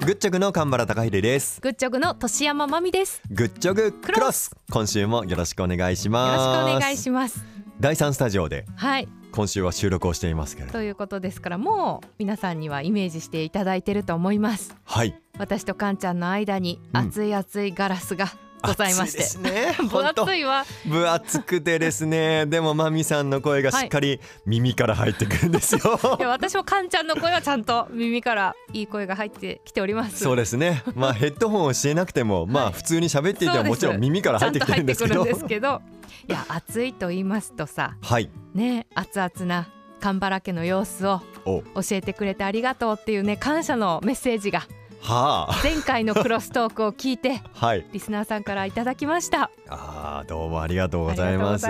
グッチョグの神原孝秀です。 グッチョグの年山まみです。 グッチョグクロス、今週もよろしくお願いします。 よろしくお願いします。 第3スタジオで、 はい、 今週は収録をしていますけれどということですから、もう皆さんにはイメージしていただいていると思います。 はい、 私とカンちゃんの間に熱い熱いガラスがございまして、 暑いですね。 分厚いわ。 分厚くてですねでもマミさんの声がしっかり耳から入ってくるんですよ、 いや私もカンちゃんの声はちゃんと耳からいい声が入ってきております。 そうですね、まあ、ヘッドホンをしていなくても、まあ、普通に喋っていてももちろん耳から入ってきてるんですけど、いや暑いと言いますとさ、 はいね、熱々な神原家の様子を教えてくれてありがとうっていうね、感謝のメッセージが前回のクロストークを聞いて、はい、リスナーさんからいただきました。 どうもありがとうございます。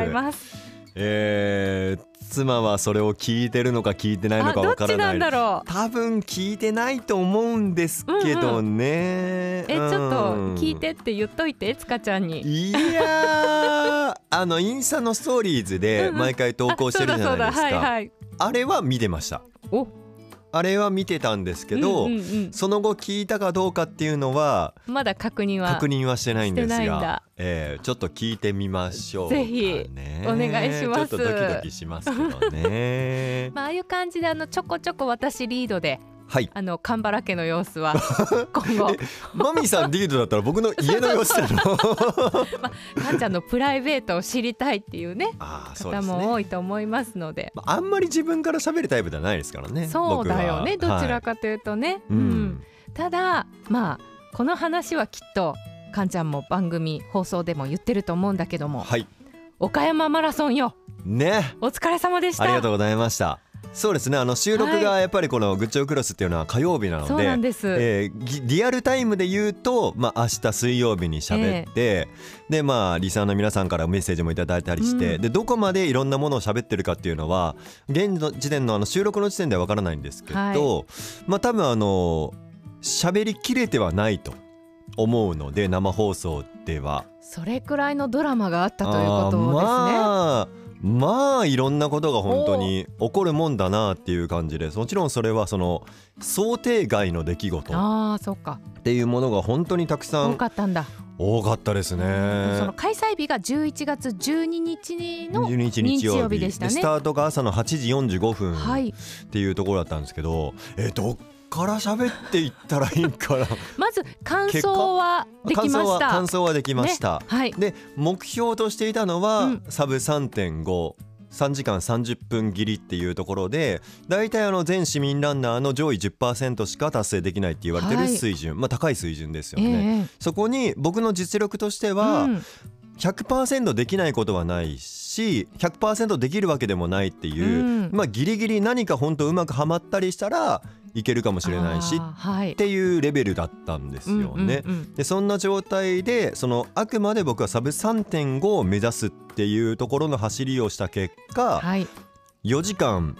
妻はそれを聞いてるのか聞いてないのかわからない。どっちなんだろう。多分聞いてないと思うんですけどね、 ちょっと聞いてって言っといて、つかちゃんに。いやインスタのストーリーズで毎回投稿してるじゃないですか。あれは見てました。あれは見てたんですけど、その後聞いたかどうかっていうのはまだ確認はしてないんですが、 ちょっと聞いてみましょうかね。 ぜひお願いします。 ちょっとドキドキしますけどねああいう感じでちょこちょこ私リードで、 はい、 神原家の様子は今後マミさんリードだったら僕の家の様子なのカンちゃんのプライベートを知りたいっていうね、方も多いと思いますので、 あんまり自分から喋るタイプではないですからね。 そうだよね、どちらかというとね、ただこの話はきっとカンちゃんも番組放送でも言ってると思うんだけども、はい、岡山マラソンよね、お疲れ様でした。 ありがとうございました。そうですね、収録がやっぱりこのグッチョクロスっていうのは火曜日なので、 そうなんです、 リアルタイムで言うと、明日水曜日に喋って、でリスナーの皆さんからメッセージもいただいたりして、でどこまでいろんなものを喋ってるかっていうのは現時点の収録の時点ではわからないんですけど、多分喋りきれてはないと思うので、生放送ではそれくらいのドラマがあったということですね。 いろんなことが本当に起こるもんだなっていう感じです。もちろんそれはその想定外の出来事っていうものが本当にたくさん多かったんだ。 多かったですね。 その開催日が11月12日の日曜日でしたね。スタートが朝の8時45分っていうところだったんですけど、どっから喋っていったらいいかなまず感想はできました。 感想はできました、 はい、 で目標としていたのは、サブ 3.5 3時間30分切りっていうところで、だいたい全市民ランナーの上位 10% しか達成できないって言われてる水準、高い水準ですよね、そこに僕の実力としては、100% できないことはないし 100% できるわけでもないっていう、ギリギリ何か本当うまくはまったりしたらいけるかもしれないし、っていうレベルだったんですよね、でそんな状態であくまで僕はサブ 3.5 を目指すっていうところの走りをした結果、4時間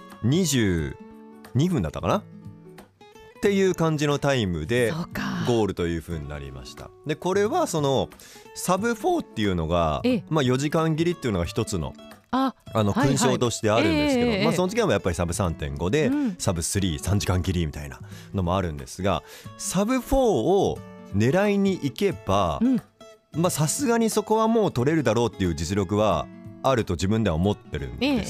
22分だったかなっていう感じのタイムでゴールという風になりました。でこれはサブ4っていうのが、4時間切りっていうのが一つの勲章としてあるんですけど、その時はやっぱりサブ 3.5 で、サブ3時間切りみたいなのもあるんですが、サブ4を狙いに行けばさすがにそこはもう取れるだろうっていう実力はあると自分では思ってるんです、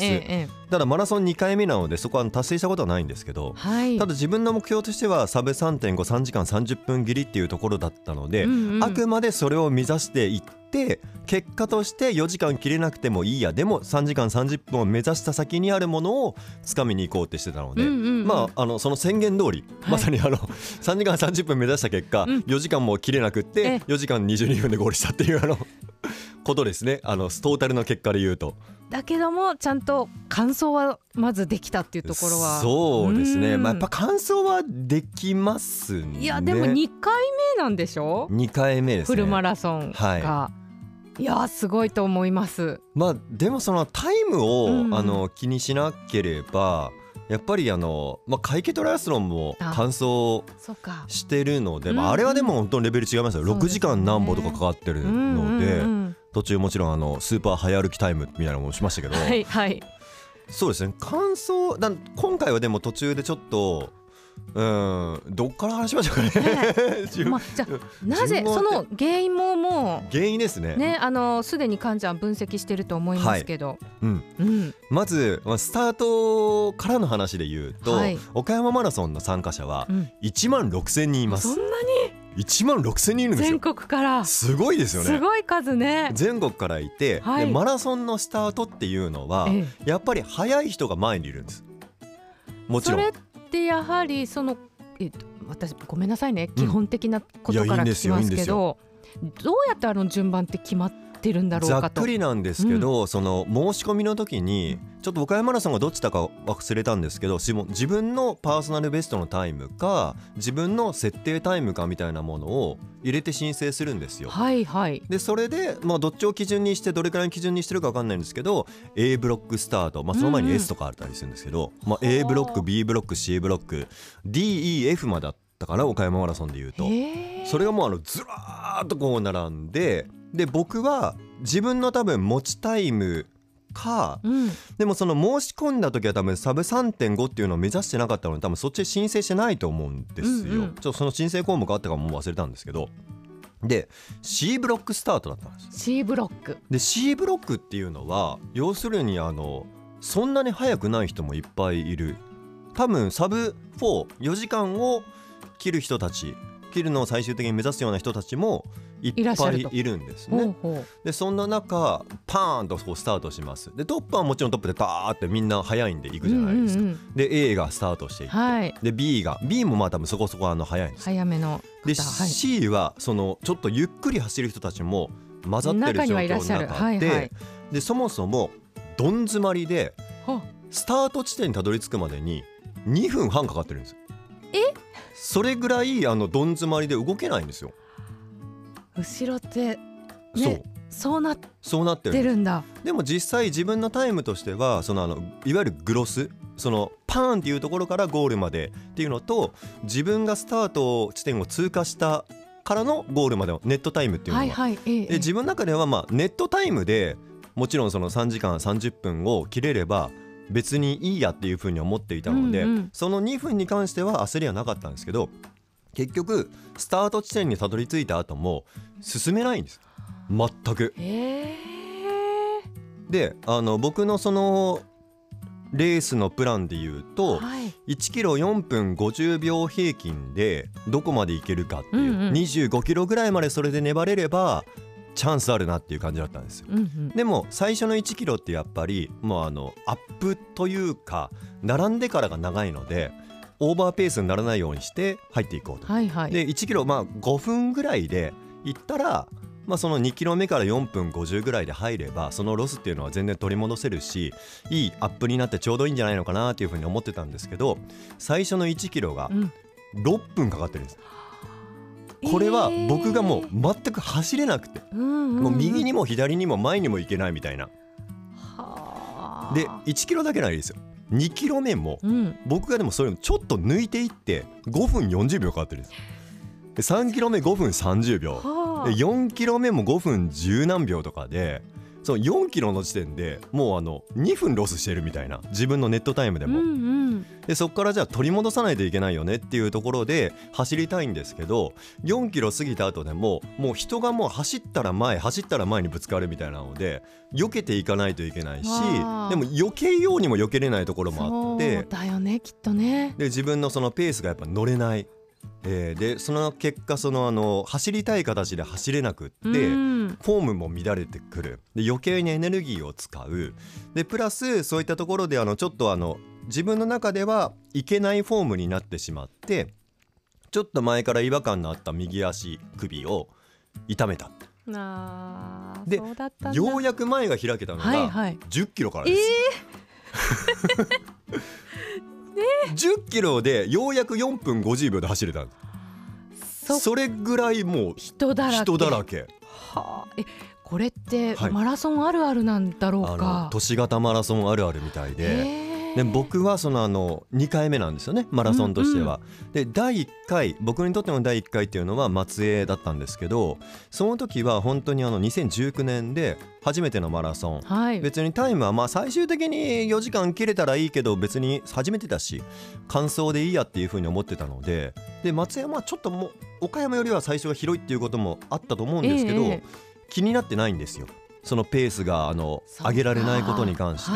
ただマラソン2回目なのでそこは達成したことはないんですけど、ただ自分の目標としてはサブ 3.5 3時間30分切りっていうところだったので、あくまでそれを目指していって、結果として4時間切れなくてもいいや、でも3時間30分を目指した先にあるものを掴みに行こうってしてたので、その宣言通り、まさに3時間30分目指した結果、4時間も切れなくって4時間22分でゴールしたっていうことですね。トータルの結果で言うと。 だけどもちゃんと完走はまずできたっていうところは、 そうですね、やっぱ完走はできますね。 いやでも2回目なんでしょ。 2回目ですね、 フルマラソンが、いやすごいと思います。 でもそのタイムを、気にしなければやっぱりカイケトライアスロンも完走してるので、あれはでも本当にレベル違いますよ。6時間何歩とかかかってるので、途中もちろんスーパー早歩きタイムみたいなのもしましたけど、そうですね、完走今回はでも途中でちょっとどっから話しましょうかね。 じゃあなぜその原因ももう原因ですね。 すでにカンちゃん分析してると思いますけど、 まずスタートからの話で言うと、岡山マラソンの参加者は1万6000人います。 そんなに 1万6000人いるんですよ。 全国から。 すごいですよね。 すごい数ね。 全国からいて、でマラソンのスタートっていうのは、やっぱり速い人が前にいるんです。もちろんそれってやはり私ごめんなさいね、基本的なことから聞きますけど、どうやって順番って決まってるんだろうかと。 ざっくりなんですけど、その申し込みの時にちょっと岡山マラソンがどっちだか忘れたんですけど、自分のパーソナルベストのタイムか自分の設定タイムかみたいなものを入れて申請するんですよ。でそれで、どっちを基準にしてどれくらいの基準にしてるか分かんないんですけど、 A ブロックスタート、その前に S とかあったりするんですけど、A ブロック B ブロック C ブロック DEF まであったかな、岡山マラソンでいうと。それがもうずらーっとこう並んで、僕は自分の多分持ちタイムか、でもその申し込んだ時は多分サブ 3.5 っていうのを目指してなかったので、多分そっちで申請してないと思うんですよ。ちょっとその申請項目あったかも忘れたんですけど、で C ブロックスタートだったんです。 C ブロックで C ブロックっていうのは要するにそんなに速くない人もいっぱいいる。多分サブ4時間を切る人たち、切るのを最終的に目指すような人たちもいっぱいいるんですね。でそんな中パーンとこうスタートします。でトップはもちろんトップでダーってみんな速いんで行くじゃないですか。で A がスタートしていって、で B も多分そこそこ速いんです。 早めので C はそのちょっとゆっくり走る人たちも混ざってる状況の中で、でそもそもどん詰まりでスタート地点にたどり着くまでに2分半かかってるんですよ。それぐらいどん詰まりで動けないんですよ。 後ろって、そうなってるんだ。 でも実際自分のタイムとしてはいわゆるグロス、そのパーンっていうところからゴールまでっていうのと、自分がスタート地点を通過したからのゴールまでのネットタイムっていうのが、で自分の中ではネットタイムでもちろんその3時間30分を切れれば別にいいやっていうふうに思っていたので、その2分に関しては焦りはなかったんですけど、結局スタート地点にたどり着いた後も進めないんです全く。で僕のそのレースのプランでいうと、1キロ4分50秒平均でどこまでいけるかっていう、25キロぐらいまでそれで粘れればチャンスあるなっていう感じだったんですよ。でも最初の1キロってやっぱりもうアップというか並んでからが長いのでオーバーペースにならないようにして入っていこうと。で1キロ5分ぐらいで行ったら、その2キロ目から4分50ぐらいで入ればそのロスっていうのは全然取り戻せるし、いいアップになってちょうどいいんじゃないのかなっていうふうに思ってたんですけど、最初の1キロが6分かかってるんです。これは僕がもう全く走れなくて、もう右にも左にも前にも行けないみたいな。で1キロだけないですよ。2キロ目も、僕がでもそれをちょっと抜いていって5分40秒かかってるんです。で3キロ目5分30秒で4キロ目も5分10何秒とかで、その4キロの時点でもう2分ロスしてるみたいな、自分のネットタイムでも、でそこからじゃあ取り戻さないといけないよねっていうところで走りたいんですけど、4キロ過ぎた後でももう人がもう走ったら前にぶつかるみたいなので避けていかないといけないし、でも避けようにも避けれないところもあって、 そうだよねきっとね。 で自分のそのペースがやっぱ乗れない、でその結果走りたい形で走れなくって、フォームも乱れてくる。で余計にエネルギーを使う。でプラスそういったところでちょっと自分の中ではいけないフォームになってしまって、ちょっと前から違和感のあった右足首を痛めた。でようやく前が開けたのが10キロからです。10キロでようやく4分50秒で走れた。それぐらいもう人だらけ。 これってマラソンあるあるなんだろうか。 都市型マラソンあるあるみたいで、 で僕はその2回目なんですよね、マラソンとしては。で第1回、僕にとっての第1回っていうのは松江だったんですけど、その時は本当に2019年で初めてのマラソン、別にタイムは最終的に4時間切れたらいいけど、別に初めてだし完走でいいやっていう風に思ってたので、松江はちょっともう岡山よりは最初が広いっていうこともあったと思うんですけど、気になってないんですよ、そのペースが上げられないことに関して、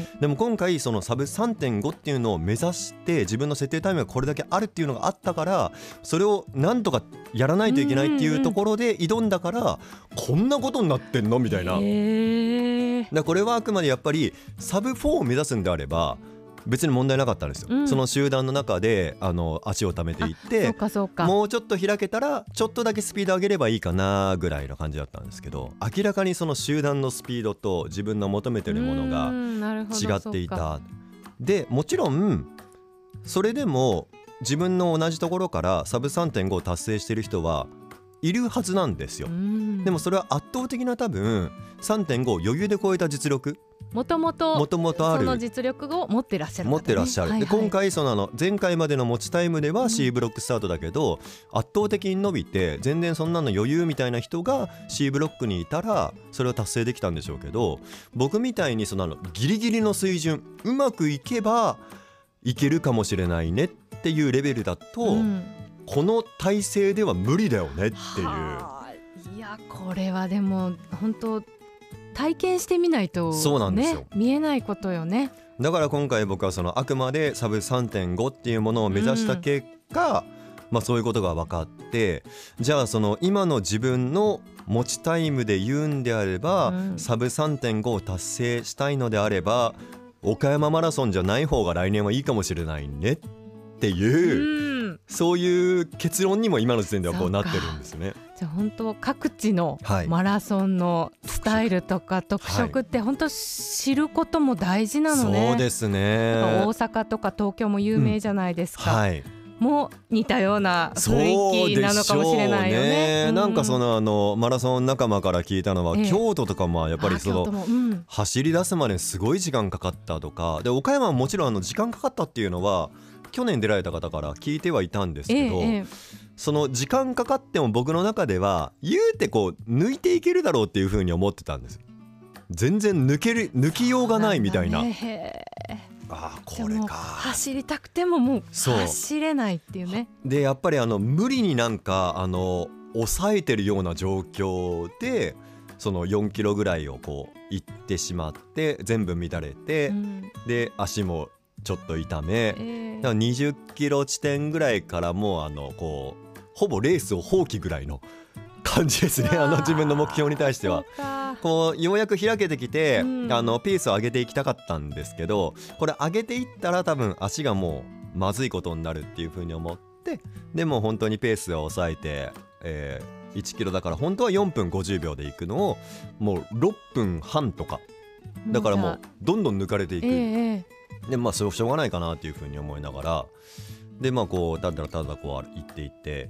でも今回そのサブ 3.5 っていうのを目指して自分の設定タイムがこれだけあるっていうのがあったから、それをなんとかやらないといけないっていうところで挑んだから、こんなことになってんのみたいな。だこれはあくまでやっぱりサブ4を目指すんであれば別に問題なかったんですよ、その集団の中で足を溜めていって、もうちょっと開けたらちょっとだけスピード上げればいいかなぐらいの感じだったんですけど、明らかにその集団のスピードと自分の求めてるものが違っていた。でもちろんそれでも自分の同じところからサブ 3.5 を達成している人はいるはずなんですよ。でもそれは圧倒的な多分 3.5 を余裕で超えた実力、もともとある、その実力を持ってらっしゃる、で今回前回までの持ちタイムでは C ブロックスタートだけど、圧倒的に伸びて全然そんなの余裕みたいな人が C ブロックにいたらそれを達成できたんでしょうけど、僕みたいにギリギリの水準うまくいけばいけるかもしれないねっていうレベルだと、この体勢では無理だよねっていう。 いやこれはでも本当体験してみないと、 そうなんですよ、 見えないことよね。 だから今回僕はあくまでサブ 3.5 っていうものを目指した結果、そういうことが分かって、じゃあ今の自分の持ちタイムで言うんであれば、サブ 3.5 を達成したいのであれば岡山マラソンじゃない方が来年はいいかもしれないねっていう、そういう結論にも今の時点ではなってるんですね。 じゃあ本当各地のマラソンのスタイルとか特色って本当知ることも大事なのね。 そうですね。 大阪とか東京も有名じゃないですか、もう似たような雰囲気なのかもしれないよね。 なんかマラソン仲間から聞いたのは、京都とかもやっぱり走り出すまですごい時間かかったとかで、岡山はもちろん時間かかったっていうのは去年出られた方から聞いてはいたんですけど、その時間かかっても僕の中では言うて抜いていけるだろうっていう風に思ってたんです。全然抜きようがないみたいな。これか。 走りたくてももう走れないっていうね。 でやっぱり無理に抑えてるような状況でその4キロぐらいを行ってしまって全部乱れて、で足もちょっと痛め、だから20キロ地点ぐらいからもうほぼレースを放棄ぐらいの感じですね。自分の目標に対してはようやく開けてきて、ペースを上げていきたかったんですけど、これ上げていったら多分足がもうまずいことになるっていう風に思って、でも本当にペースを抑えて、1キロだから本当は4分50秒で行くのをもう6分半とかだからもうどんどん抜かれていく、でしょうがないかなっていう風に思いながら、でただただ行っていって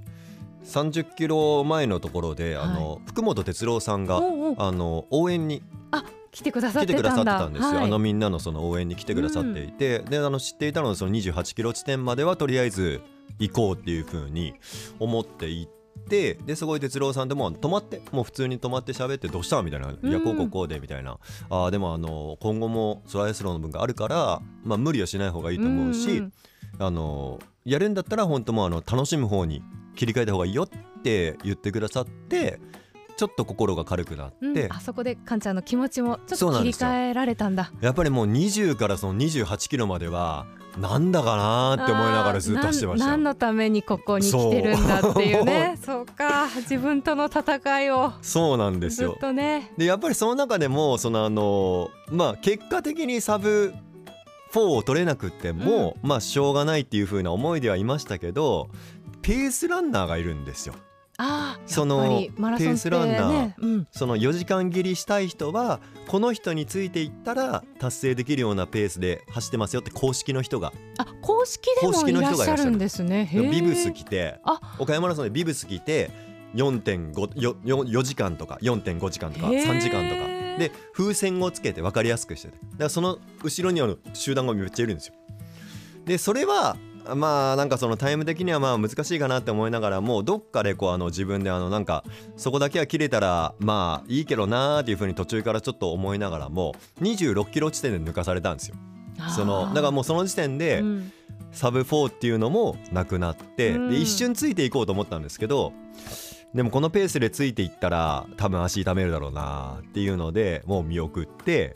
30キロ前のところで、福本哲郎さんが応援に来てくださってたんですよ。みんなのその応援に来てくださっていて、で知っていたのはその28キロ地点まではとりあえず行こうっていう風に思っていって、ですごい哲郎さんでも止まってもう普通に止まって喋って、どうしたみたいな、いやこうでみたいな、でも今後もトライアスロンの分があるから、無理はしない方がいいと思うし、やるんだったら本当も楽しむ方に切り替えた方がいいよって言ってくださって、ちょっと心が軽くなって、 あそこでカンちゃんの気持ちもちょっと切り替えられたんだ。 やっぱりもう20からその28キロまではなんだかなって思いながらずっと走ってました。 何のためにここに来てるんだっていうね。そうか、自分との戦いを。 そうなんですよ。 ずっとね。 でやっぱりその中でも結果的にサブ4を取れなくっても、しょうがないっていう風な思いではいましたけど、ペースランナーがいるんですよ。そのペースランナー、その4時間切りしたい人はこの人についていったら達成できるようなペースで走ってますよって公式の人が、 公式でもいらっしゃるんですね。 ビブス着て、岡山マラソンでビブス着て4時間とか 4.5 時間とか3時間とかで風船をつけて分かりやすくしてて、だからその後ろに集団がめっちゃいるんですよ。でそれはまあなんかそのタイム的にはまあ難しいかなって思いながらも、どっかでこう自分でなんかそこだけは切れたらまあいいけどなーっていう風に途中からちょっと思いながらも26キロ地点で抜かされたんですよ。だからもうその時点でサブ4っていうのもなくなって、で一瞬ついていこうと思ったんですけど、でもこのペースでついていったら多分足痛めるだろうなっていうのでもう見送って、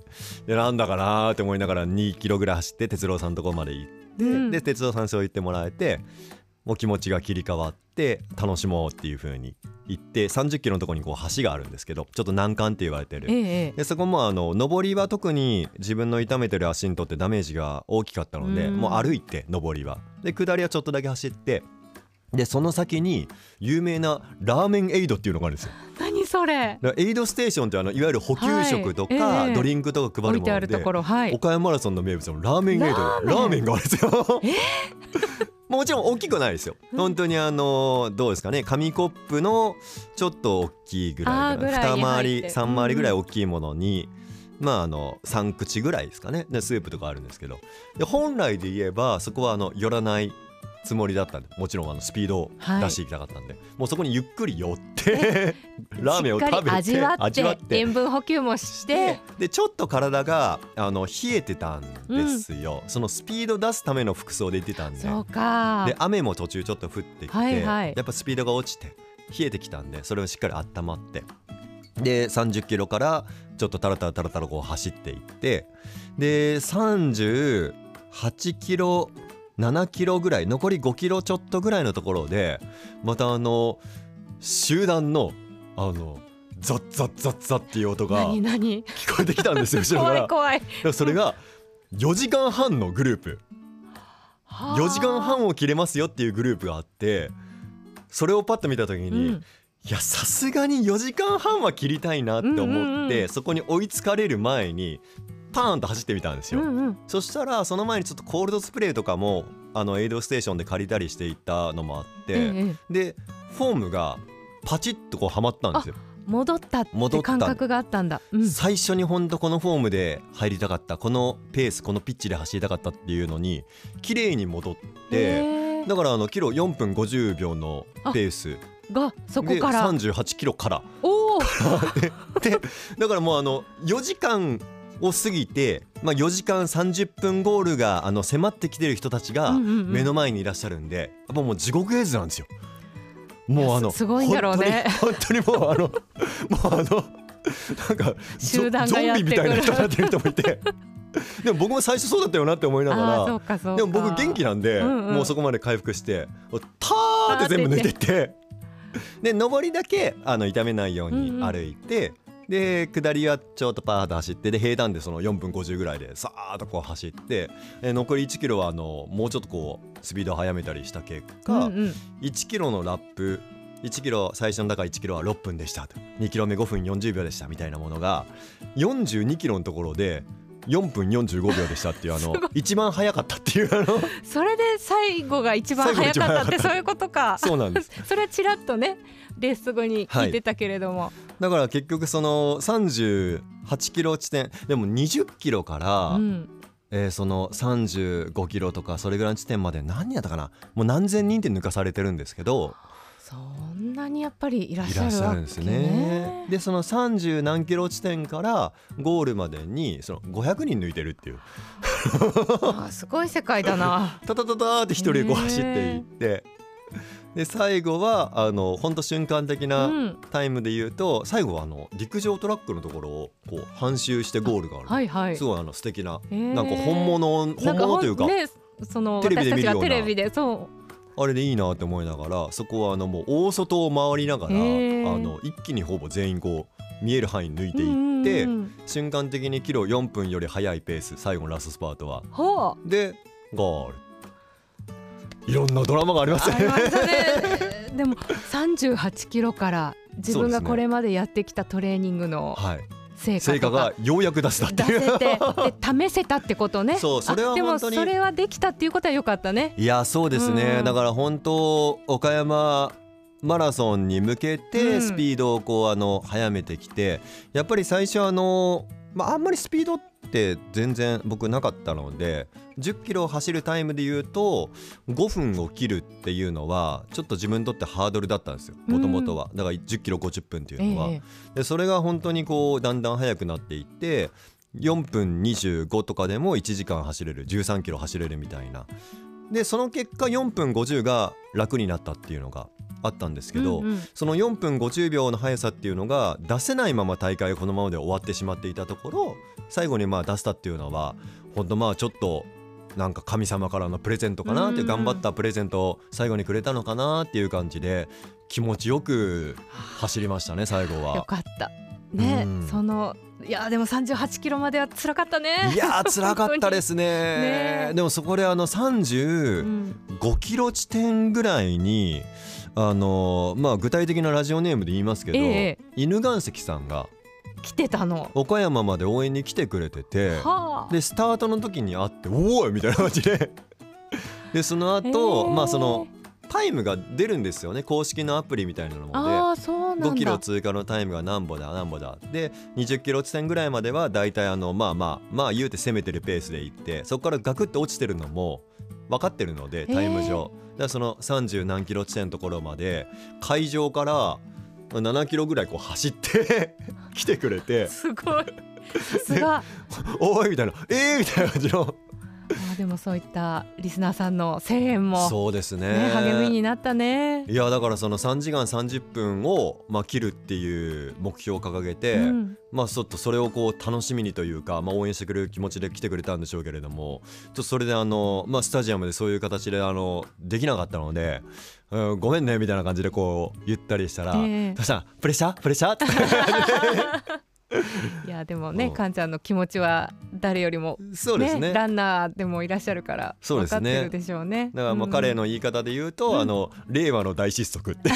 でなんだかなって思いながら2キロぐらい走って哲郎さんのところまで行って、で哲郎さんそう言ってもらえて、もう気持ちが切り替わって楽しもうっていう風に言って、30キロのところにこう橋があるんですけど、ちょっと難関って言われてる、でそこも上りは特に自分の痛めてる足にとってダメージが大きかったので、もう歩いて上りはで下りはちょっとだけ走って、でその先に有名なラーメンエイドっていうのがあるんですよ。 何それ？ エイドステーションっていわゆる補給食とか、ドリンクとか配るもので、置いてあるところ、岡山マラソンの名物のラーメンエイド、ラーメンがあるんですよ。もちろん大きくないですよ。本当にどうですかね、紙コップのちょっと大きいぐらい、2回り3回りぐらい大きいものに、まあ3口ぐらいですかね、でスープとかあるんですけど、で本来で言えばそこは寄らないつもりだったんで、もちろんスピードを出していきたかったんで、もうそこにゆっくり寄ってラーメンを食べてしっかり味わって塩分補給もして、 でちょっと体が冷えてたんですよ、そのスピード出すための服装で行ってたんで。 そうか。 で雨も途中ちょっと降ってきて、やっぱスピードが落ちて冷えてきたんで、それをしっかり温まって、で30キロからちょっとタラタラこう走っていって、で38キロ7キロぐらい、残り5キロちょっとぐらいのところでまた集団のザッザッザッザッっていう音が聞こえてきたんですよ、後ろから。 怖い。 それが4時間半のグループ、4時間半を切れますよっていうグループがあって、それをパッと見た時に、いやさすがに4時間半は切りたいなって思って、そこに追いつかれる前にパーンと走ってみたんですよ、そしたらその前にちょっとコールドスプレーとかもエイドステーションで借りたりしていたのもあって、でフォームがパチッとこうはまったんですよ。 戻ったって感覚があったんだ、 最初に本当このフォームで入りたかった、このペースこのピッチで走りたかったっていうのに綺麗に戻って、だからキロ4分50秒のペースがそこからで38キロからおでだからもう4時間を過ぎて、4時間30分ゴールが迫ってきてる人たちが目の前にいらっしゃるんで、やっぱもう地獄絵図なんですよ。もうすごいんだろうね。 本当にもうなんか集団がやってくるゾンビみたいな人になってる人もいてでも僕も最初そうだったよなって思いながら、でも僕元気なんで、もうそこまで回復してターって全部抜いていってで上りだけ痛めないように歩いて、で下りはちょっとパーッと走って、で平坦でその4分50ぐらいでさーっとこう走って、残り1キロはもうちょっとこうスピードを速めたりした結果、1キロのラップ1キロ最初のだから1キロは6分でしたと、2キロ目5分40秒でしたみたいなものが42キロのところで4分45秒でしたっていう一番早かったっていうそれで最後が一番早かったってそういうことか。 そうなんですそれはちらっとねレース後に聞いてたけれども、 だから結局その38キロ地点でも20キロから、その35キロとかそれぐらいの地点まで何人やったかな、もう何千人って抜かされてるんですけど、 そんなにやっぱりいらっしゃるわけね。 んですね。でその30何キロ地点からゴールまでにその500人抜いてるっていうすごい世界だな。 タタタタって一人でこう走っていって、で最後は本当瞬間的なタイムで言うと、最後は陸上トラックのところをこう半周してゴールがある、すごい素敵な、なんか本物というか、 その私たちがテレビであれでいいなって思いながら、そこはもう大外を回りながら一気にほぼ全員こう見える範囲抜いていって、瞬間的にキロ4分より速いペース、最後のラストスパートはでゴール。いろんなドラマがありますね。 でも38キロから自分がこれまでやってきたトレーニングの成果がようやく出せたっていう出せてで試せたってことね。 そう、それは本当にでもそれはできたっていうことは良かったね。 いやそうですね、だから本当岡山マラソンに向けてスピードをこう速めてきて、やっぱり最初あんまりスピードって全然僕なかったので、10キロ走るタイムで言うと5分を切るっていうのはちょっと自分にとってハードルだったんですよ、もともとは。だから10キロ50分っていうのは、でそれが本当にこうだんだん速くなっていって、4分25とかでも1時間走れる、13キロ走れるみたいな。でその結果4分50が楽になったっていうのがあったんですけど、その4分50秒の速さっていうのが出せないまま大会がこのままで終わってしまっていたところ、最後に出したっていうのは本当ちょっとなんか神様からのプレゼントかなっていう、頑張ったプレゼントを最後にくれたのかなっていう感じで気持ちよく走りましたね、最後は。 よかったね。いやでも38キロまでは辛かったね。 いや辛かったですね。でもそこで35キロ地点ぐらいに具体的なラジオネームで言いますけど、犬岩石さんが来てたの、 岡山まで応援に来てくれてて、でスタートの時に会っておーいみたいな感じででその後そのタイムが出るんですよね、公式のアプリみたいなので。5キロ通過のタイムが何歩だで20キロ地点ぐらいまではだいたい言うて攻めてるペースで行って、そこからガクッと落ちてるのも分かってるので、タイム上だからその30何キロ地点のところまで会場から7キロぐらいこう走って来てくれて、 すごい、さすがおいみたいなみたいな感じのでもそういったリスナーさんの声援もそうですね、 励みになったね。 いやだからその3時間30分を切るっていう目標を掲げて、ちょっとそれをこう楽しみにというか、応援してくれる気持ちで来てくれたんでしょうけれども、ちょっとそれでスタジアムでそういう形でできなかったので、ごめんねみたいな感じでこう言ったりしたら、どうしたプレッシャーっていやでもね、かんちゃんの気持ちは誰よりも、 そうですね、 ランナーでもいらっしゃるから分かってるでしょうね。 だから彼の言い方で言うと、令和の大失速ってい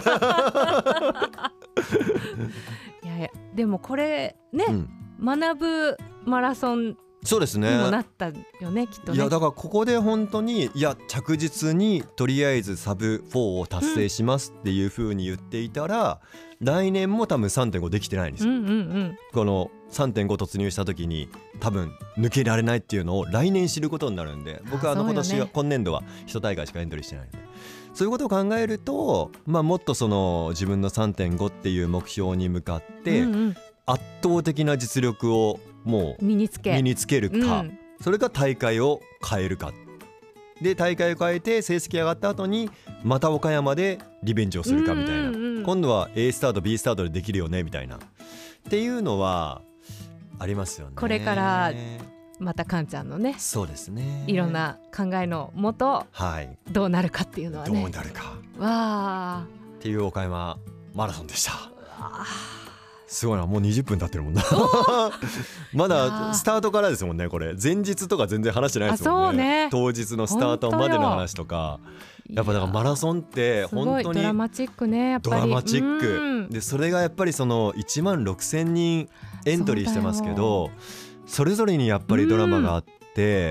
やでもこれね、学ぶマラソンそうですね、 にもなったよね、きっとね。 いやだからここで本当に着実にとりあえずサブ4を達成しますっていう風に言っていたら、来年も多分 3.5 できてないんですよ、この 3.5 突入した時に多分抜けられないっていうのを来年知ることになるんで、僕は今年度は1大会しかエントリーしてないので、そういうことを考えると、もっとその自分の 3.5 っていう目標に向かって、圧倒的な実力をもう身につけるか、それか大会を変えるかで、大会を変えて成績上がった後にまた岡山でリベンジをするかみたいな、今度は A スタート B スタートでできるよねみたいなっていうのはありますよね。 これからまたかんちゃんのね、 そうですね、 いろんな考えのもと、どうなるかっていうのはね、 どうなるかわっていう岡山マラソンでした。すごいな、もう20分経ってるもんなまだスタートからですもんね、これ前日とか全然話してないですもんね。当日のスタートまでの話とか、やっぱだからマラソンって本当にドラマチックね、やっぱりドラマチックで、それがやっぱりその1万6000人エントリーしてますけど、それぞれにやっぱりドラマがあって、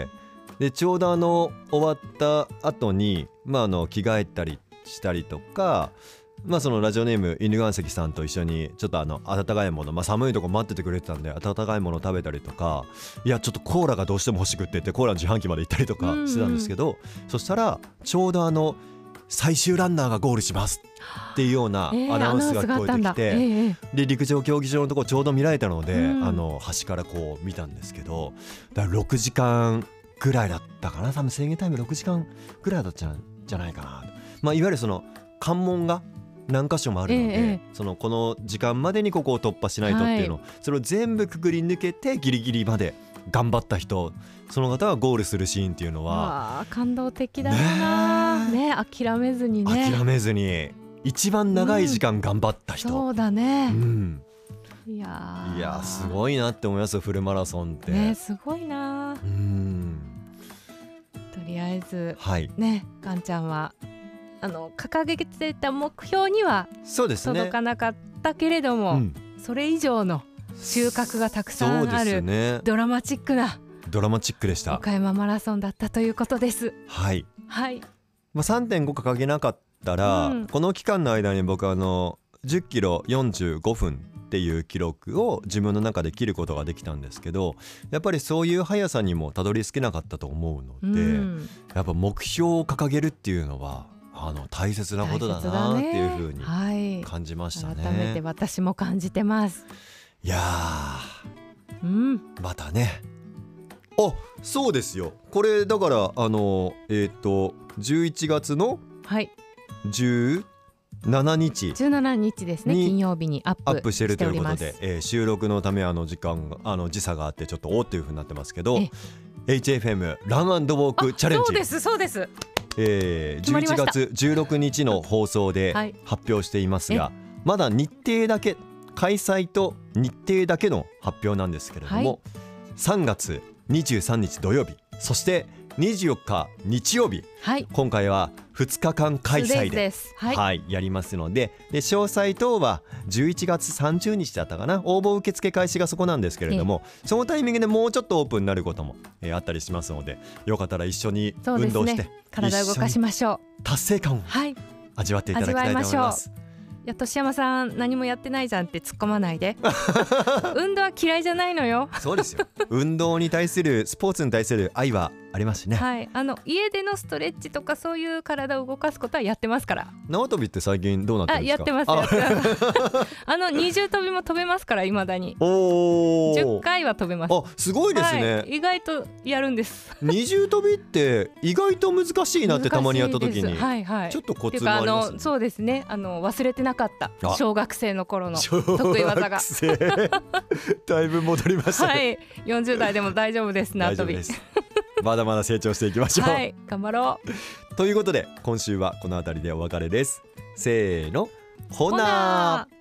でちょうど終わった後に着替えたりしたりとか、そのラジオネーム犬岩石さんと一緒にちょっと温かいもの、寒いとこ待っててくれてたんで温かいものを食べたりとか、いやちょっとコーラがどうしても欲しくって言ってコーラの自販機まで行ったりとかしてたんですけど、そしたらちょうど最終ランナーがゴールしますっていうようなアナウンスが聞こえてきて、で陸上競技場のところちょうど見られたので、端からこう見たんですけど、だから6時間ぐらいだったかな、多分制限タイム6時間ぐらいだったんじゃないかな。いわゆるその関門が何箇所もあるので、この時間までにここを突破しないとっていうの、それを全部くぐり抜けてギリギリまで頑張った人、その方がゴールするシーンっていうのは感動的だなね、諦めずに一番長い時間頑張った人、 そうだね、 いやすごいなって思いますよ、フルマラソンってね、すごいな。とりあえずね、かんちゃんは掲げてた目標には届かなかったけれども、それ以上の収穫がたくさんある、ドラマチックでした岡山マラソンだったということです。 3.5掲げなかっったら、この期間の間に僕10キロ45分っていう記録を自分の中で切ることができたんですけど、やっぱりそういう速さにもたどり着けなかったと思うので、やっぱ目標を掲げるっていうのは大切なことだなっていう風に感じましたね。 改めて私も感じてます。 いやまたね、そうですよ、これだから11月の17日ですね、金曜日にアップしてるということで、収録のため時間時差があってちょっとっていう風になってますけど、HFM ラン&ウォークチャレンジ、 そうです、 11月16日の放送で発表していますが、まだ日程だけ、開催と日程だけの発表なんですけれども、3月23日土曜日、そして24日日曜日、今回は2日間開催でやりますので、詳細等は11月30日だったかな、応募受付開始がそこなんですけれども、そのタイミングでもうちょっとオープンになることもあったりしますので、よかったら一緒に運動して、 体を動かしましょう。 達成感を味わっていただきたいと思います。 いや、年山さん何もやってないじゃんって突っ込まないで運動は嫌いじゃないのよ。 そうですよ、運動に対する、スポーツに対する愛はありますしね。 家でのストレッチとかそういう体を動かすことはやってますから。 縄跳びって最近どうなってるんですか？ やってます二重跳びも飛べますから、未だに10回は飛べます。 すごいですね、 意外とやるんです。 二重跳びって意外と難しいなってたまにやった時に、ちょっとコツもありますね。 そうですね、忘れてなかった、小学生の頃の得意技がだいぶ戻りましたね。 40代でも大丈夫です、縄跳び。 まだまだ成長していきましょう。 頑張ろうということで、今週はこの辺りでお別れです。せーの、ほなー。